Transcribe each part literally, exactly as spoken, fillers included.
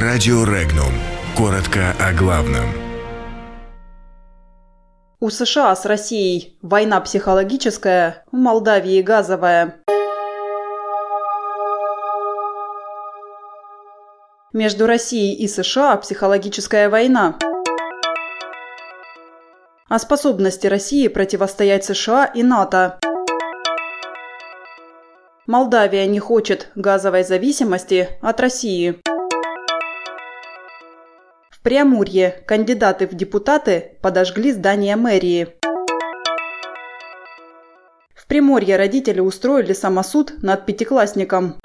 Радио Регнум. Коротко о главном. У США с Россией война психологическая, у Молдавии газовая. Между Россией и США психологическая война. О способности России противостоять США и НАТО. Молдавия не хочет газовой зависимости от России. В Преамурье кандидаты в депутаты подожгли здание мэрии. В Приморье родители устроили самосуд над пятиклассником.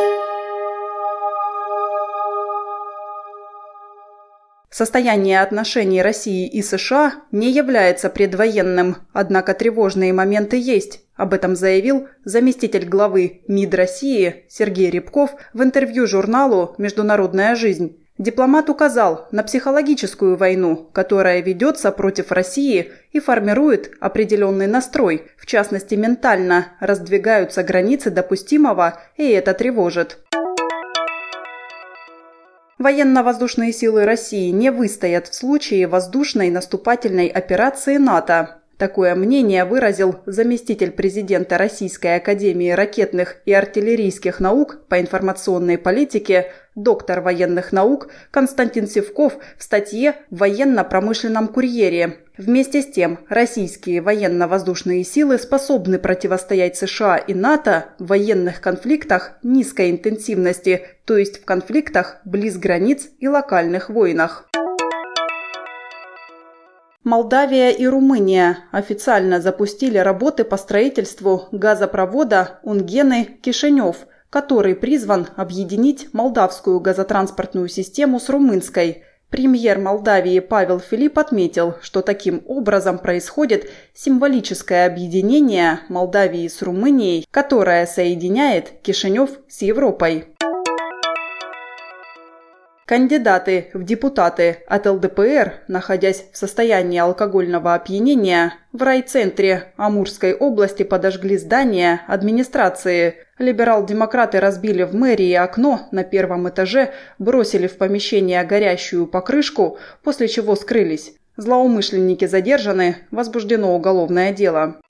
Состояние отношений России и США не является предвоенным, однако тревожные моменты есть. Об этом заявил заместитель главы МИД России Сергей Рябков в интервью журналу «Международная жизнь». Дипломат указал на психологическую войну, которая ведется против России и формирует определенный настрой, в частности ментально раздвигаются границы допустимого, и это тревожит. Военно-воздушные силы России не выстоят в случае воздушной наступательной операции НАТО. Такое мнение выразил заместитель президента Российской академии ракетных и артиллерийских наук по информационной политике, доктор военных наук Константин Сивков в статье в военно-промышленном курьере. Вместе с тем, российские военно-воздушные силы способны противостоять США и НАТО в военных конфликтах низкой интенсивности, то есть в конфликтах близ границ и локальных войнах. Молдавия и Румыния официально запустили работы по строительству газопровода Унгены-Кишинев, который призван объединить молдавскую газотранспортную систему с румынской. Премьер Молдавии Павел Филипп отметил, что таким образом происходит символическое объединение Молдавии с Румынией, которое соединяет Кишинев с Европой. Кандидаты в депутаты от эл дэ пэ эр, находясь в состоянии алкогольного опьянения, в райцентре Амурской области подожгли здание администрации. Либерал-демократы разбили в мэрии окно на первом этаже, бросили в помещение горящую покрышку, после чего скрылись. Злоумышленники задержаны, возбуждено уголовное дело.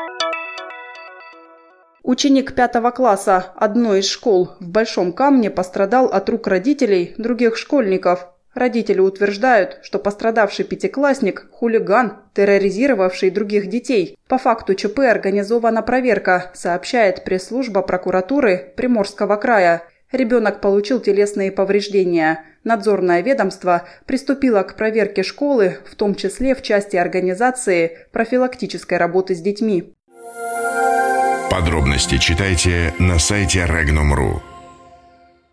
Ученик пятого класса одной из школ в Большом Камне пострадал от рук родителей других школьников. Родители утверждают, что пострадавший пятиклассник – хулиган, терроризировавший других детей. По факту че пэ организована проверка, сообщает пресс-служба прокуратуры Приморского края. Ребенок получил телесные повреждения. Надзорное ведомство приступило к проверке школы, в том числе в части организации профилактической работы с детьми. Подробности читайте на сайте регнум точка ру.